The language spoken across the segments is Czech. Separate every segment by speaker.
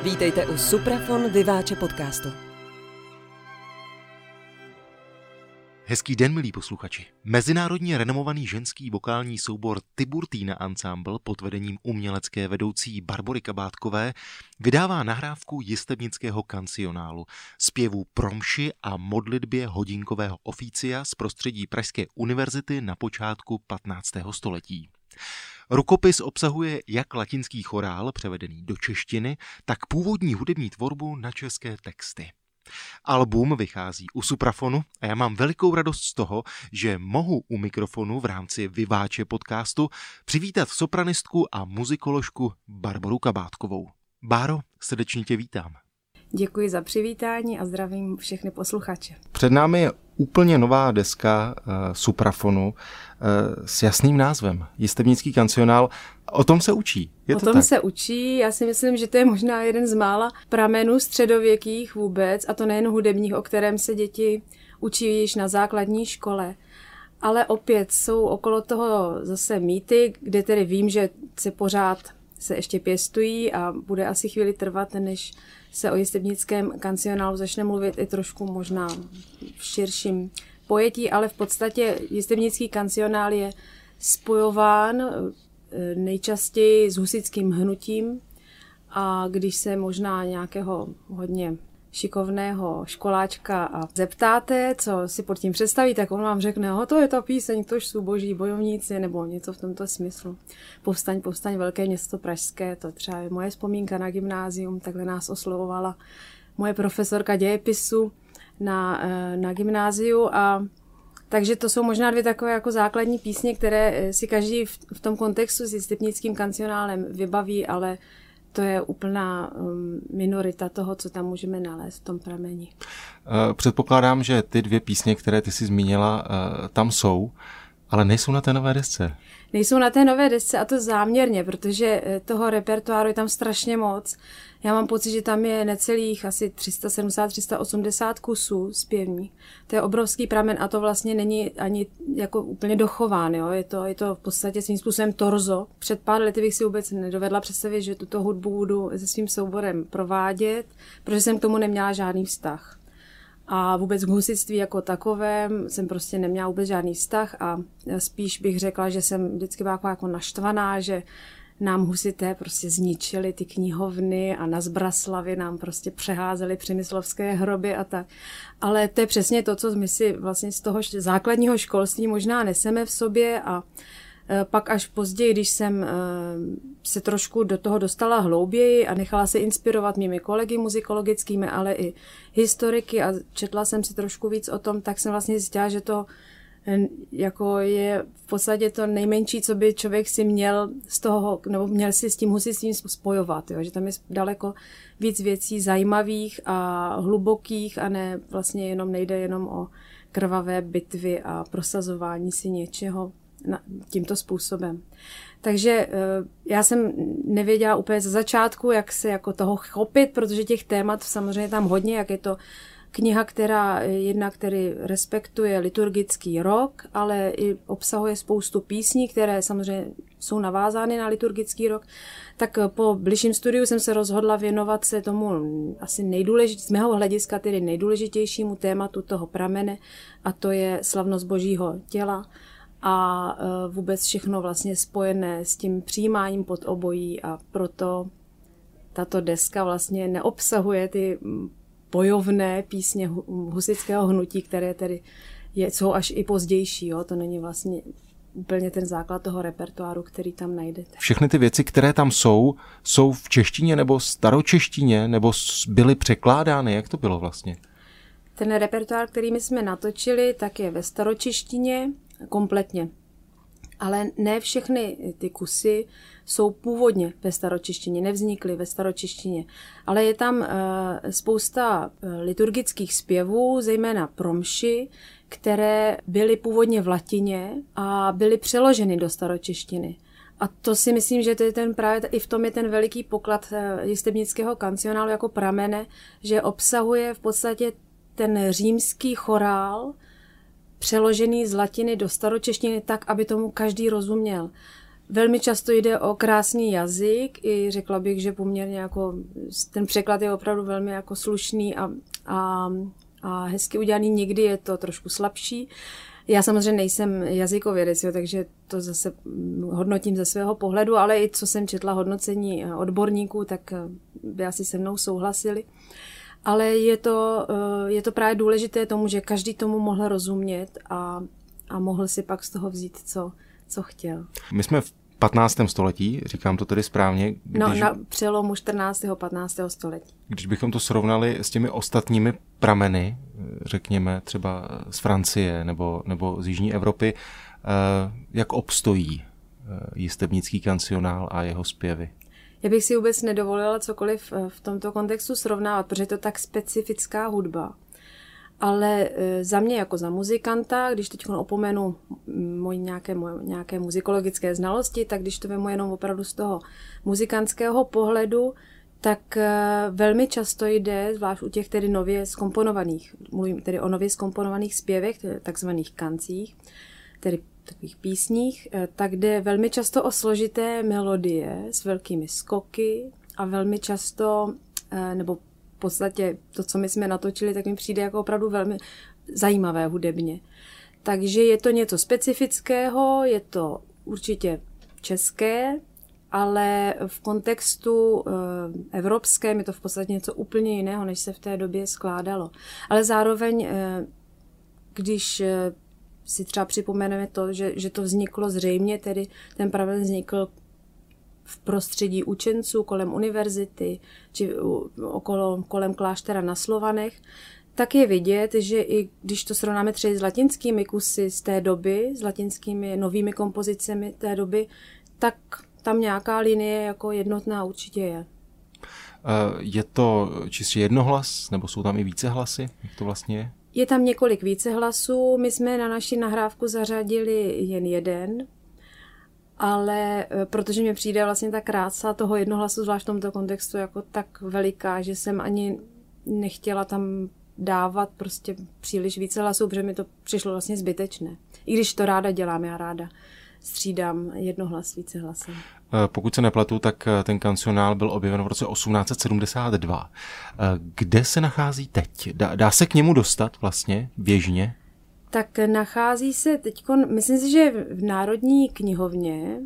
Speaker 1: Vítejte u Suprafon Vyváče podcastu.
Speaker 2: Hezký den, milí posluchači. Mezinárodně renomovaný ženský vokální soubor Tiburtina Ensemble pod vedením umělecké vedoucí Barbory Kabátkové vydává nahrávku jistebnického kancionálu, zpěvů promši a modlitbě hodinkového oficia z prostředí Pražské univerzity na počátku 15. století. Rukopis obsahuje jak latinský chorál převedený do češtiny, tak původní hudební tvorbu na české texty. Album vychází u Suprafonu a já mám velikou radost z toho, že mohu u mikrofonu v rámci Vyváče podcastu přivítat sopranistku a muzikoložku Barboru Kabátkovou. Báro, srdečně tě vítám.
Speaker 3: Děkuji za přivítání a zdravím všechny posluchače.
Speaker 2: Před námi je úplně nová deska Suprafonu s jasným názvem Jistebnický kancionál. O tom se učí. Je to
Speaker 3: o tom
Speaker 2: tak?
Speaker 3: Se učí. Já si myslím, že to je možná jeden z mála pramenů středověkých vůbec, a to nejen hudebních, o kterém se děti učí již na základní škole. Ale opět jsou okolo toho zase mýty, kde tedy vím, že se pořád se ještě pěstují a bude asi chvíli trvat, než se o jistebnickém kancionálu začne mluvit i trošku možná v širším pojetí, ale v podstatě jistebnický kancionál je spojován nejčastěji s husitským hnutím, a když se možná nějakého hodně šikovného školáčka a zeptáte, co si pod tím představí, tak on vám řekne, to je ta píseň, tož jsou boží bojovníci, nebo něco v tomto smyslu. Povstaň, povstaň, velké město pražské, to třeba je moje vzpomínka na gymnázium, takhle nás oslovovala moje profesorka dějepisu na gymnáziu, a takže to jsou možná dvě takové jako základní písně, které si každý v tom kontextu s jistebnickým kancionálem vybaví, ale to je úplná minorita toho, co tam můžeme nalézt v tom prameni.
Speaker 2: Předpokládám, že ty dvě písně, které ty jsi zmínila, tam jsou, ale nejsou na té nové desce.
Speaker 3: Nejsou na té nové desce, a to záměrně, protože toho repertoáru je tam strašně moc. Já mám pocit, že tam je necelých asi 370-380 kusů zpěvní. To je obrovský pramen a to vlastně není ani jako úplně dochován. Jo? Je to v podstatě svým způsobem torzo. Před pár lety bych si vůbec nedovedla představit, že tuto hudbu budu se svým souborem provádět, protože jsem k tomu neměla žádný vztah. A vůbec k husitství jako takovém jsem prostě neměla vůbec žádný vztah a spíš bych řekla, že jsem vždycky byla jako naštvaná, že nám husité prostě zničili ty knihovny a na Zbraslavi nám prostě přeházeli přemyslovské hroby a tak. Ale to je přesně to, co my si vlastně z toho základního školství možná neseme v sobě, a pak až později, když jsem se trošku do toho dostala hlouběji a nechala se inspirovat mými kolegy muzikologickými, ale i historiky, a četla jsem si trošku víc o tom, tak jsem vlastně zjistila, že to jako je v podstatě to nejmenší, co by člověk si měl z toho, nebo měl si s tím husitstvím spojovat, jo? Že tam je daleko víc věcí zajímavých a hlubokých, a ne vlastně nejde jenom o krvavé bitvy a prosazování si něčeho tímto způsobem. Takže já jsem nevěděla úplně ze začátku, jak se jako toho chopit, protože těch témat samozřejmě tam hodně, jak je to kniha, který respektuje liturgický rok, ale i obsahuje spoustu písní, které samozřejmě jsou navázány na liturgický rok. Tak po bližším studiu jsem se rozhodla věnovat se tomu asi z mého hlediska tedy nejdůležitějšímu tématu toho pramene, a to je slavnost Božího těla a vůbec všechno vlastně spojené s tím přijímáním pod obojí, a proto tato deska vlastně neobsahuje ty bojovné písně husitského hnutí, které tedy jsou až i pozdější. Jo? To není vlastně úplně ten základ toho repertoáru, který tam najdete.
Speaker 2: Všechny ty věci, které tam jsou v češtině nebo staročeštině, nebo byly překládány? Jak to bylo vlastně?
Speaker 3: Ten repertoár, který my jsme natočili, tak je ve staročeštině kompletně. Ale ne všechny ty kusy jsou původně ve staročeštině, nevznikly ve staročeštině. Ale je tam spousta liturgických zpěvů, zejména promši, které byly původně v latině a byly přeloženy do staročeštiny. A to si myslím, že to je právě i v tom je ten veliký poklad jistebnického kancionálu jako pramene, že obsahuje v podstatě ten římský chorál, přeložený z latiny do staročeštiny tak, aby tomu každý rozuměl. Velmi často jde o krásný jazyk i řekla bych, že poměrně jako ten překlad je opravdu velmi jako slušný a hezky udělaný. Někdy je to trošku slabší. Já samozřejmě nejsem jazykovědec, takže to zase hodnotím ze svého pohledu, ale i co jsem četla hodnocení odborníků, tak by asi se mnou souhlasili. Ale je to právě důležité tomu, že každý tomu mohl rozumět a mohl si pak z toho vzít, co chtěl.
Speaker 2: My jsme v 15. století, říkám to tedy správně.
Speaker 3: Na přelomu 14. a 15. století.
Speaker 2: Když bychom to srovnali s těmi ostatními prameny, řekněme třeba z Francie nebo z Jižní Evropy, jak obstojí jistebnický kancionál a jeho zpěvy?
Speaker 3: Já bych si vůbec nedovolila cokoliv v tomto kontextu srovnávat, protože je to tak specifická hudba. Ale za mě jako za muzikanta, když teď opomenu nějaké muzikologické znalosti, tak když to vemu jenom opravdu z toho muzikantského pohledu, tak velmi často jde, zvlášť u těch tedy nově zkomponovaných, mluvím tedy o nově zkomponovaných zpěvech, takzvaných kancích, tedy takových písních, tak jde velmi často o složité melodie s velkými skoky a velmi často, nebo v podstatě to, co my jsme natočili, tak mi přijde jako opravdu velmi zajímavé hudebně. Takže je to něco specifického, je to určitě české, ale v kontextu evropském je to v podstatě něco úplně jiného, než se v té době skládalo. Ale zároveň, když si třeba připomeneme to, že to vzniklo zřejmě, tedy ten pramen vznikl v prostředí učenců kolem univerzity či kolem kláštera na Slovanech, tak je vidět, že i když to srovnáme třeba s latinskými kusy z té doby, s latinskými novými kompozicemi té doby, tak tam nějaká linie jako jednotná určitě je.
Speaker 2: Je to čistě jednohlas, nebo jsou tam i více hlasy? Jak to vlastně je?
Speaker 3: Je tam několik vícehlasů. My jsme na naši nahrávku zařadili jen jeden, ale protože mi přijde vlastně ta krása toho jednohlasu, zvlášť v tomto kontextu, jako tak veliká, že jsem ani nechtěla tam dávat prostě příliš více hlasů, protože mi to přišlo vlastně zbytečné. I když to ráda dělám, já ráda střídám jednohlas více hlasem.
Speaker 2: Pokud se nepletu, tak ten kancionál byl objeven v roce 1872. Kde se nachází teď? Dá se k němu dostat vlastně běžně?
Speaker 3: Tak nachází se teďko, myslím si, že v Národní knihovně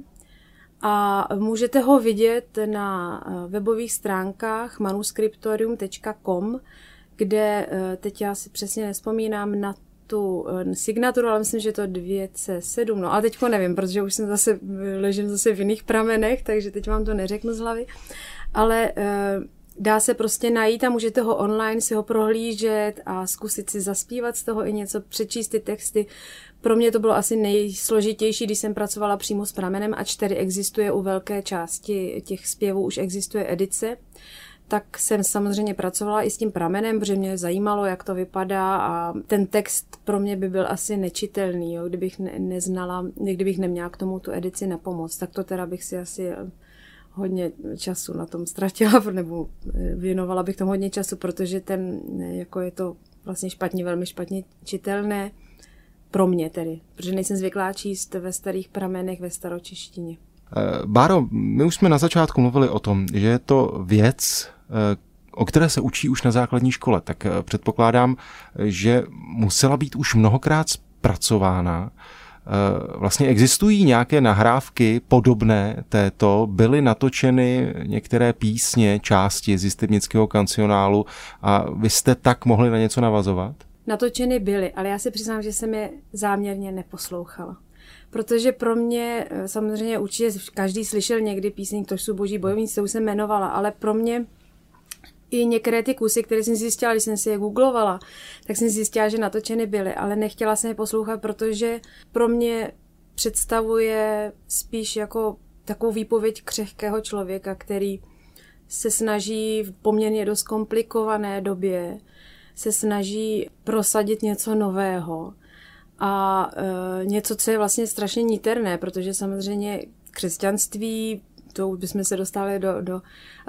Speaker 3: a můžete ho vidět na webových stránkách manuscriptorium.com, kde teď já si přesně nevzpomínám na tu signaturu, ale myslím, že to 2C7, no a teďko nevím, protože už ležím zase v jiných pramenech, takže teď vám to neřeknu z hlavy, ale dá se prostě najít a můžete ho online si ho prohlížet a zkusit si zaspívat z toho i něco, přečíst ty texty. Pro mě to bylo asi nejsložitější, když jsem pracovala přímo s pramenem, ač tedy existuje u velké části těch zpěvů, už existuje edice, tak jsem samozřejmě pracovala i s tím pramenem, protože mě zajímalo, jak to vypadá a ten text pro mě by byl asi nečitelný, jo, kdybych neznala, kdybych neměla k tomu tu edici na pomoc, tak to teda bych si asi hodně času na tom ztratila, nebo věnovala bych tomu hodně času, protože jako je to vlastně velmi špatně čitelné pro mě tedy, protože nejsem zvyklá číst ve starých pramenech ve staročeštině.
Speaker 2: Báro, my už jsme na začátku mluvili o tom, že je to věc, o které se učí už na základní škole, tak předpokládám, že musela být už mnohokrát zpracována. Vlastně existují nějaké nahrávky podobné této, byly natočeny některé písně, části z jistebnického kancionálu a vy jste tak mohli na něco navazovat?
Speaker 3: Natočeny byly, ale já si přiznám, že jsem je záměrně neposlouchala. Protože pro mě, samozřejmě určitě každý slyšel někdy píseň To jsou boží bojovníci, to už jsem jmenovala, ale pro mě i některé ty kusy, které jsem zjistila, když jsem si je googlovala, tak jsem zjistila, že natočeny byly, ale nechtěla jsem je poslouchat, protože pro mě představuje spíš jako takovou výpověď křehkého člověka, který se snaží v poměrně dost komplikované době, se snaží prosadit něco nového a něco, co je vlastně strašně niterné, protože samozřejmě křesťanství, to už bychom se dostali do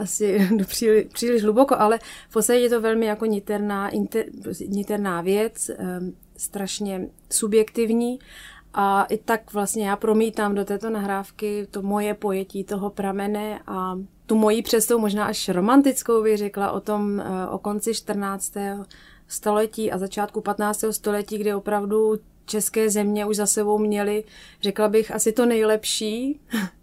Speaker 3: příliš hluboko, ale v podstatě je to velmi jako niterná věc, strašně subjektivní A i tak vlastně já promítám do této nahrávky to moje pojetí toho pramene a tu moji představu, možná až romantickou bych řekla, o konci 14. století a začátku 15. století, kdy opravdu české země už za sebou měly, řekla bych, asi to nejlepší.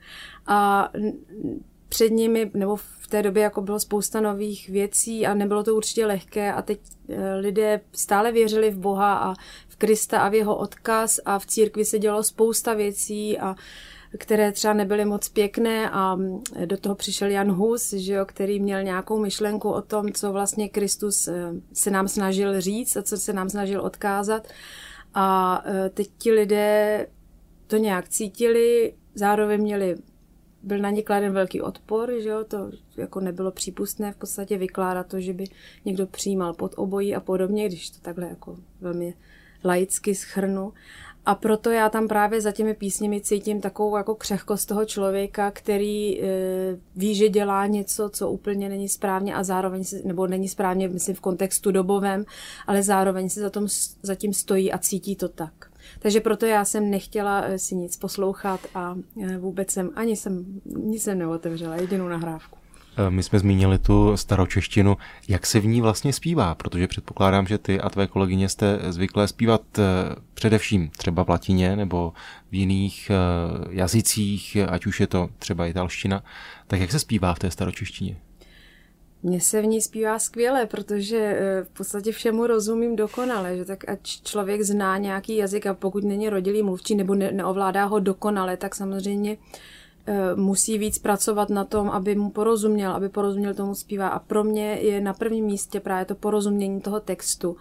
Speaker 3: A před nimi, nebo v té době jako bylo spousta nových věcí a nebylo to určitě lehké a teď lidé stále věřili v Boha a v Krista a v jeho odkaz a v církvi se dělo spousta věcí, a které třeba nebyly moc pěkné, a do toho přišel Jan Hus, že jo, který měl nějakou myšlenku o tom, co vlastně Kristus se nám snažil říct a co se nám snažil odkázat. A teď ti lidé to nějak cítili, zároveň byl na ně kladen velký odpor, že jo, to jako nebylo přípustné v podstatě vykládat to, že by někdo přijímal pod obojí a podobně, když to takhle jako velmi laicky shrnu. A proto já tam právě za těmi písněmi cítím takovou jako křehkost toho člověka, který ví, že dělá něco, co úplně není správně a zároveň nebo není správně, myslím, v kontextu dobovém, ale zároveň si za tím stojí a cítí to tak. Takže proto já jsem nechtěla si nic poslouchat a vůbec nic jsem neotevřela, jedinou nahrávku.
Speaker 2: My jsme zmínili tu staročeštinu. Jak se v ní vlastně zpívá? Protože předpokládám, že ty a tvé kolegyně jste zvyklé zpívat především třeba v latině nebo v jiných jazycích, ať už je to třeba italština. Tak jak se zpívá v té staročeštině?
Speaker 3: Mně se v ní zpívá skvěle, protože v podstatě všemu rozumím dokonale, že tak ať člověk zná nějaký jazyk a pokud není rodilý mluvčí nebo neovládá ho dokonale, tak samozřejmě musí víc pracovat na tom, aby mu porozuměl, tomu zpívá. A pro mě je na prvním místě právě to porozumění toho textu.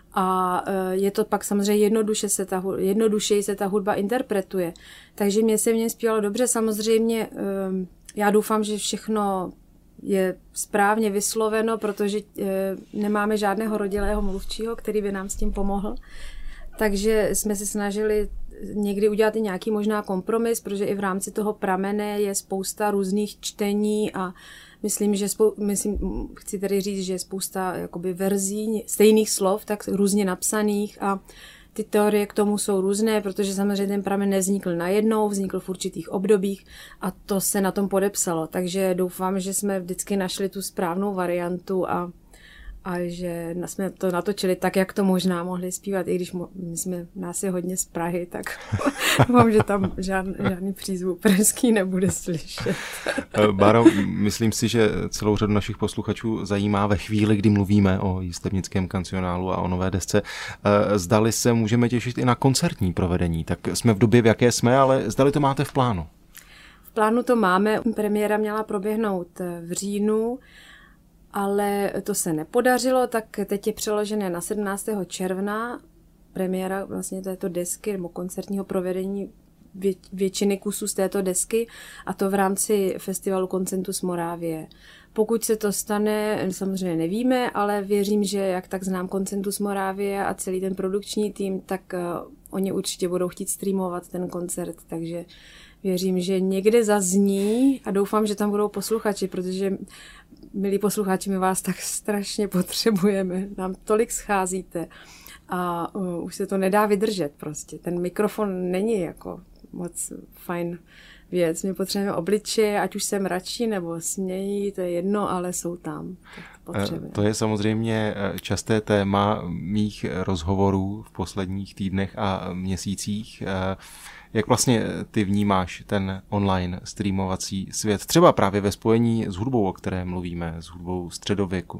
Speaker 3: A je to pak samozřejmě jednodušeji se ta hudba interpretuje. Takže mě se v něm zpívalo dobře. Samozřejmě já doufám, že všechno je správně vysloveno, protože nemáme žádného rodilého mluvčího, který by nám s tím pomohl. Takže jsme se snažili někdy udělat i nějaký možná kompromis, protože i v rámci toho pramene je spousta různých čtení a myslím, chci tedy říct, že je spousta jakoby verzí stejných slov, tak různě napsaných, a ty teorie k tomu jsou různé, protože samozřejmě ten pramen nevznikl najednou, vznikl v určitých obdobích a to se na tom podepsalo. Takže doufám, že jsme vždycky našli tu správnou variantu a že jsme to natočili tak, jak to možná mohli zpívat, i když nás je hodně z Prahy, tak doufám, že tam žádný přízvuk pražský nebude slyšet.
Speaker 2: Báro, myslím si, že celou řadu našich posluchačů zajímá ve chvíli, kdy mluvíme o Jistebnickém kancionálu a o nové desce. Zdali se můžeme těšit i na koncertní provedení, tak jsme v době, v jaké jsme, ale zdali to máte v plánu?
Speaker 3: V plánu to máme. Premiéra měla proběhnout v říjnu, ale to se nepodařilo, tak teď je přeložené na 17. června premiéra vlastně této desky nebo koncertního provedení většiny kusů z této desky, a to v rámci festivalu Concentus Moravie. Pokud se to stane, samozřejmě nevíme, ale věřím, že jak tak znám Concentus Moravie a celý ten produkční tým, tak oni určitě budou chtít streamovat ten koncert, takže věřím, že někde zazní a doufám, že tam budou posluchači, protože milí posluchači, my vás tak strašně potřebujeme, nám tolik scházíte a už se to nedá vydržet prostě. Ten mikrofon není jako moc fajn věc. My potřebujeme obličeje, ať už jsem radši nebo smějí, to je jedno, ale jsou tam.
Speaker 2: To je samozřejmě časté téma mých rozhovorů v posledních týdnech a měsících. Jak vlastně ty vnímáš ten online streamovací svět, třeba právě ve spojení s hudbou, o které mluvíme, s hudbou středověku?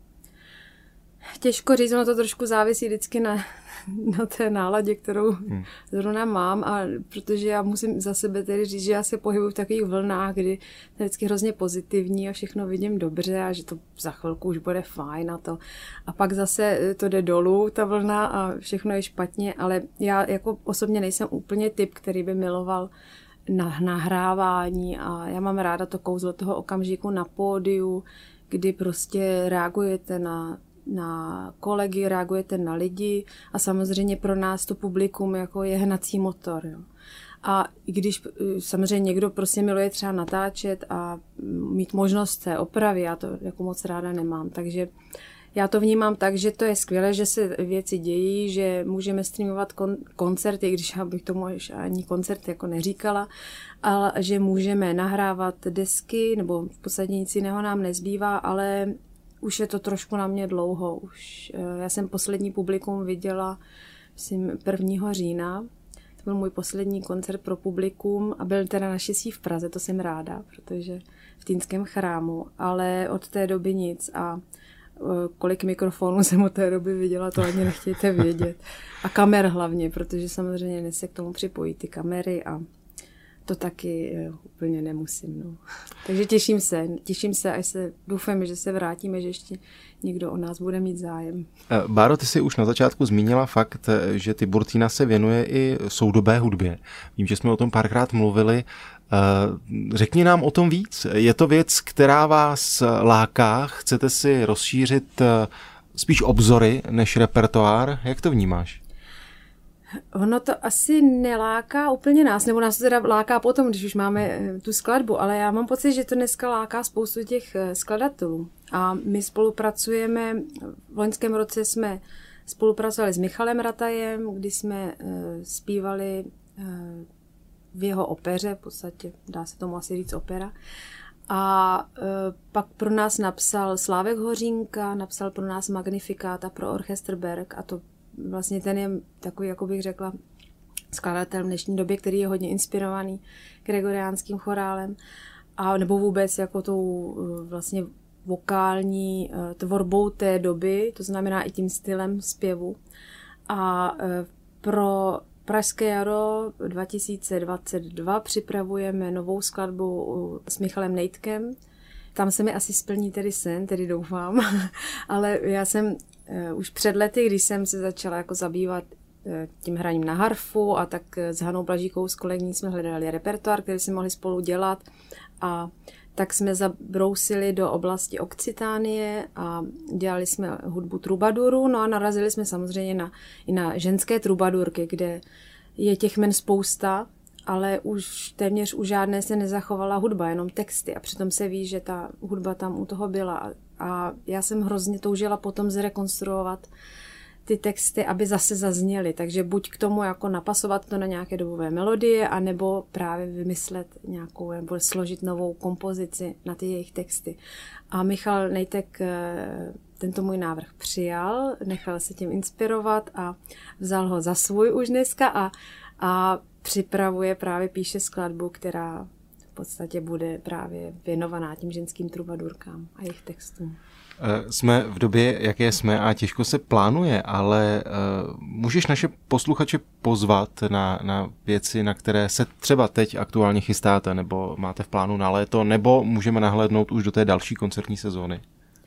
Speaker 3: Těžko říct, ono to trošku závisí vždycky na té náladě, kterou zrovna mám, a protože já musím za sebe tedy říct, že já se pohybuji v takových vlnách, kdy je vždycky hrozně pozitivní a všechno vidím dobře a že to za chvilku už bude fajn a to. A pak zase to jde dolů, ta vlna, a všechno je špatně, ale já jako osobně nejsem úplně typ, který by miloval nahrávání, a já mám ráda to kouzlo toho okamžiku na pódiu, kdy prostě reagujete na kolegy, reagujete na lidi a samozřejmě pro nás to publikum jako je hnací motor. Jo. A i když samozřejmě někdo prostě miluje třeba natáčet a mít možnost té opravy, já to jako moc ráda nemám, takže já to vnímám tak, že to je skvělé, že se věci dějí, že můžeme streamovat koncerty, když já bych tomu ani koncert jako neříkala, ale že můžeme nahrávat desky, nebo v podstatě nic jiného nám nezbývá, ale už je to trošku na mě dlouho. Já jsem poslední publikum viděla, myslím, 1. října. To byl můj poslední koncert pro publikum a byl teda naštěstí v Praze, to jsem ráda, protože v Týnském chrámu, ale od té doby nic a kolik mikrofonů jsem od té doby viděla, to ani nechtějte vědět. A kamer hlavně, protože samozřejmě se k tomu připojí ty kamery a to taky úplně nemusím. No. Takže těším se, až doufám, že se vrátíme, že ještě někdo o nás bude mít zájem.
Speaker 2: Báro, ty jsi už na začátku zmínila fakt, že Tiburtina se věnuje i soudobé hudbě. Vím, že jsme o tom párkrát mluvili. Řekni nám o tom víc. Je to věc, která vás láká? Chcete si rozšířit spíš obzory než repertoár? Jak to vnímáš?
Speaker 3: Ono to asi neláká úplně nás, nebo nás to teda láká potom, když už máme tu skladbu, ale já mám pocit, že to dneska láká spoustu těch skladatelů. A my spolupracujeme, v loňském roce jsme spolupracovali s Michalem Ratajem, kdy jsme zpívali v jeho opeře, v podstatě dá se tomu asi říct opera. A pak pro nás napsal Slávek Hořínka, napsal pro nás Magnifikáta pro orchestr Berg a to vlastně ten je takový, jako bych řekla, skladatel v dnešní době, který je hodně inspirovaný gregoriánským chorálem a nebo vůbec jako tou vlastně vokální tvorbou té doby, to znamená i tím stylem zpěvu. A pro Pražské jaro 2022 připravujeme novou skladbu s Michalem Nejtkem. Tam se mi asi splní tedy sen, tedy doufám, ale já jsem už před lety, když jsem se začala jako zabývat tím hraním na harfu a tak s Hanou Blažíkou s kolegyní jsme hledali repertoár, který jsme mohli spolu dělat a tak jsme zabrousili do oblasti Okcitánie a dělali jsme hudbu trubadurů, no a narazili jsme samozřejmě i na ženské trubadurky, kde je těch men spousta, ale už téměř u žádné se nezachovala hudba, jenom texty a přitom se ví, že ta hudba tam u toho byla a já jsem hrozně toužila potom zrekonstruovat ty texty, aby zase zazněly, takže buď k tomu jako napasovat to na nějaké dobové melodie, anebo právě vymyslet nějakou, nebo složit novou kompozici na ty jejich texty. A Michal Nejtek tento můj návrh přijal, nechal se tím inspirovat a vzal ho za svůj už dneska a připravuje, právě píše skladbu, která v podstatě bude právě věnovaná tím ženským trubadurkám a jejich textům.
Speaker 2: Jsme v době, jaké jsme a těžko se plánuje, ale můžeš naše posluchače pozvat na věci, na které se třeba teď aktuálně chystáte, nebo máte v plánu na léto, nebo můžeme nahlédnout už do té další koncertní sezóny?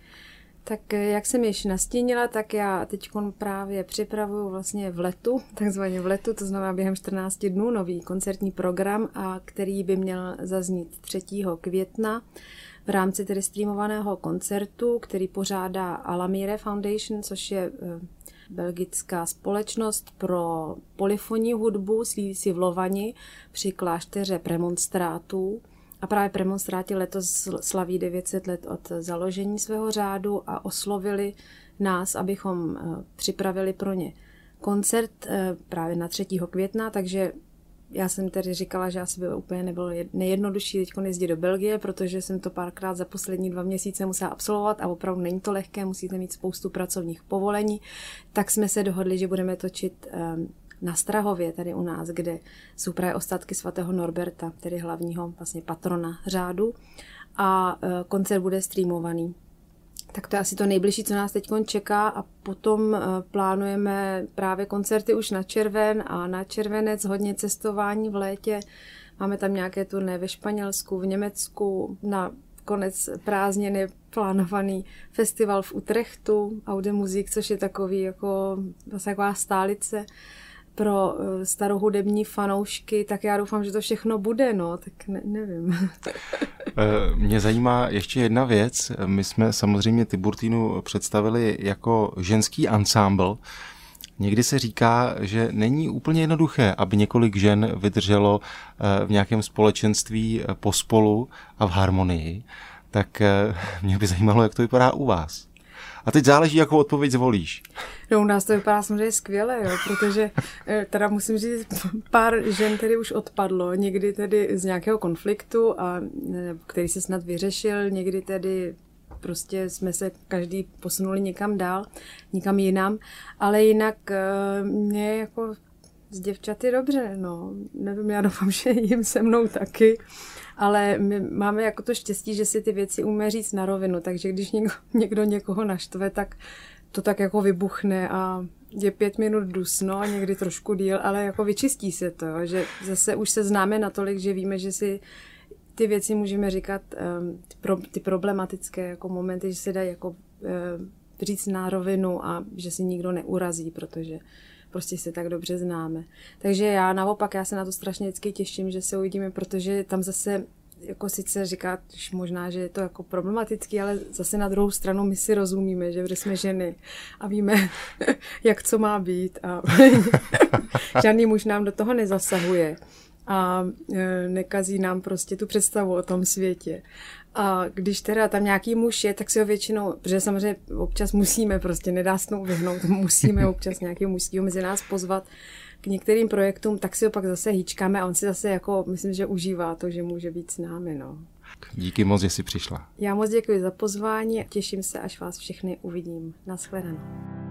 Speaker 3: Tak jak jsem již nastínila, tak já teď právě připravuju vlastně v letu, takzvaně v letu, to znamená během 14 dnů nový koncertní program, a který by měl zaznít 3. května v rámci tedy streamovaného koncertu, který pořádá Alamire Foundation, což je belgická společnost pro polyfonní hudbu, sídlí si v Lovani při klášteře premonstrátů. A právě premonstráti letos slaví 900 let od založení svého řádu a oslovili nás, abychom připravili pro ně koncert právě na 3. května, takže já jsem tedy říkala, že asi by úplně nebylo nejjednodušší teď jezdit do Belgie, protože jsem to párkrát za poslední 2 měsíce musela absolvovat a opravdu není to lehké, musíte mít spoustu pracovních povolení. Tak jsme se dohodli, že budeme točit na Strahově, tady u nás, kde jsou právě ostatky svatého Norberta, tedy hlavního vlastně patrona řádu, a koncert bude streamovaný. Tak to je asi to nejbližší, co nás teď čeká, a potom plánujeme právě koncerty už na červen a na červenec, hodně cestování v létě. Máme tam nějaké turné ve Španělsku, v Německu, na konec prázdniny plánovaný festival v Utrechtu, Aude Musik, což je takový jako vlastně taková stálice pro starohudební fanoušky, tak já doufám, že to všechno bude, no, tak nevím.
Speaker 2: Mě zajímá ještě jedna věc. My jsme samozřejmě Tiburtinu představili jako ženský ansámbl. Někdy se říká, že není úplně jednoduché, aby několik žen vydrželo v nějakém společenství pospolu a v harmonii. Tak mě by zajímalo, jak to vypadá u vás.
Speaker 4: A teď záleží, jakou odpověď zvolíš.
Speaker 3: No u nás to vypadá samozřejmě skvěle, jo, protože teda musím říct, pár žen tedy už odpadlo, někdy tedy z nějakého konfliktu, který se snad vyřešil, někdy tedy prostě jsme se každý posunuli někam dál, někam jinam, ale jinak mě jako s děvčaty dobře, no, nevím, já doufám, že jim se mnou taky, ale my máme jako to štěstí, že si ty věci umíme říct na rovinu, takže když někdo někoho naštve, tak to tak jako vybuchne a je 5 minut dusno, někdy trošku díl, ale jako vyčistí se to, jo, že zase už se známe natolik, že víme, že si ty věci můžeme říkat, ty problematické jako momenty, že se dají jako říct na rovinu a že si nikdo neurazí, protože prostě se tak dobře známe. Takže já se na to strašně vždycky těším, že se uvidíme, protože tam zase jako sice říkáš možná, že je to jako problematický, ale zase na druhou stranu my si rozumíme, že jsme ženy a víme, jak co má být a žádný muž nám do toho nezasahuje a nekazí nám prostě tu představu o tom světě. A když teda tam nějaký muž je, tak si ho většinou, protože samozřejmě občas musíme, prostě nedá se tomu vyhnout, musíme občas nějakého mužského mezi nás pozvat k některým projektům, tak si ho pak zase hýčkáme a on si zase jako, myslím, že užívá to, že může být s námi, no.
Speaker 4: Díky moc, že jsi přišla.
Speaker 3: Já moc děkuji za pozvání a těším se, až vás všechny uvidím. Nashledanou.